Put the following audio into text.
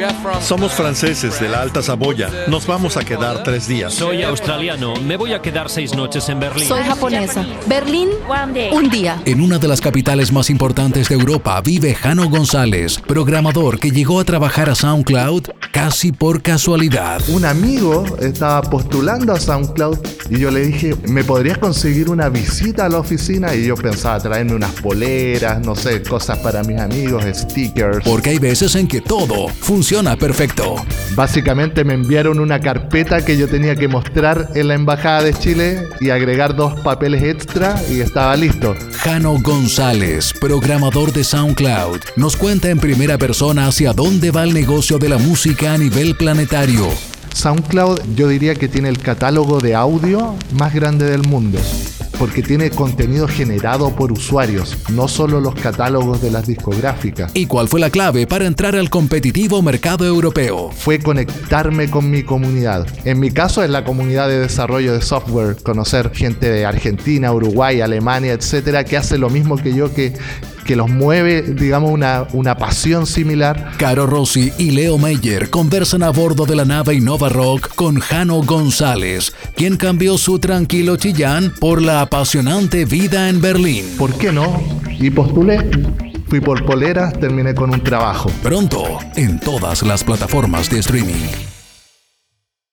Somos franceses de la Alta Saboya. Nos vamos a quedar 3 días. Soy australiano. Me voy a quedar 6 noches en Berlín. Soy japonesa. Berlín, un día. En una de las capitales más importantes de Europa vive Jano González, programador que llegó a trabajar a SoundCloud casi por casualidad. Un amigo estaba postulando a SoundCloud y yo le dije, ¿me podrías conseguir una visita a la oficina? Y yo pensaba traerme unas poleras, no sé, cosas para mis amigos, stickers. Porque hay veces en que todo funciona perfecto. Básicamente me enviaron una carpeta que yo tenía que mostrar en la Embajada de Chile y agregar 2 papeles extra y estaba listo. Jano González, programador de SoundCloud, nos cuenta en primera persona hacia dónde va el negocio de la música a nivel planetario. SoundCloud yo diría que tiene el catálogo de audio más grande del mundo, porque tiene contenido generado por usuarios, no solo los catálogos de las discográficas. ¿Y cuál fue la clave para entrar al competitivo mercado europeo? Fue conectarme con mi comunidad. En mi caso es la comunidad de desarrollo de software, conocer gente de Argentina, Uruguay, Alemania, etcétera, que hace lo mismo que yo, que los mueve, digamos, una pasión similar. Caro Rossi y Leo Meyer conversan a bordo de la nave Innova Rock con Jano González, quien cambió su tranquilo Chillán por la apasionante vida en Berlín. ¿Por qué no? Y postulé. Fui por poleras, terminé con un trabajo. Pronto, en todas las plataformas de streaming.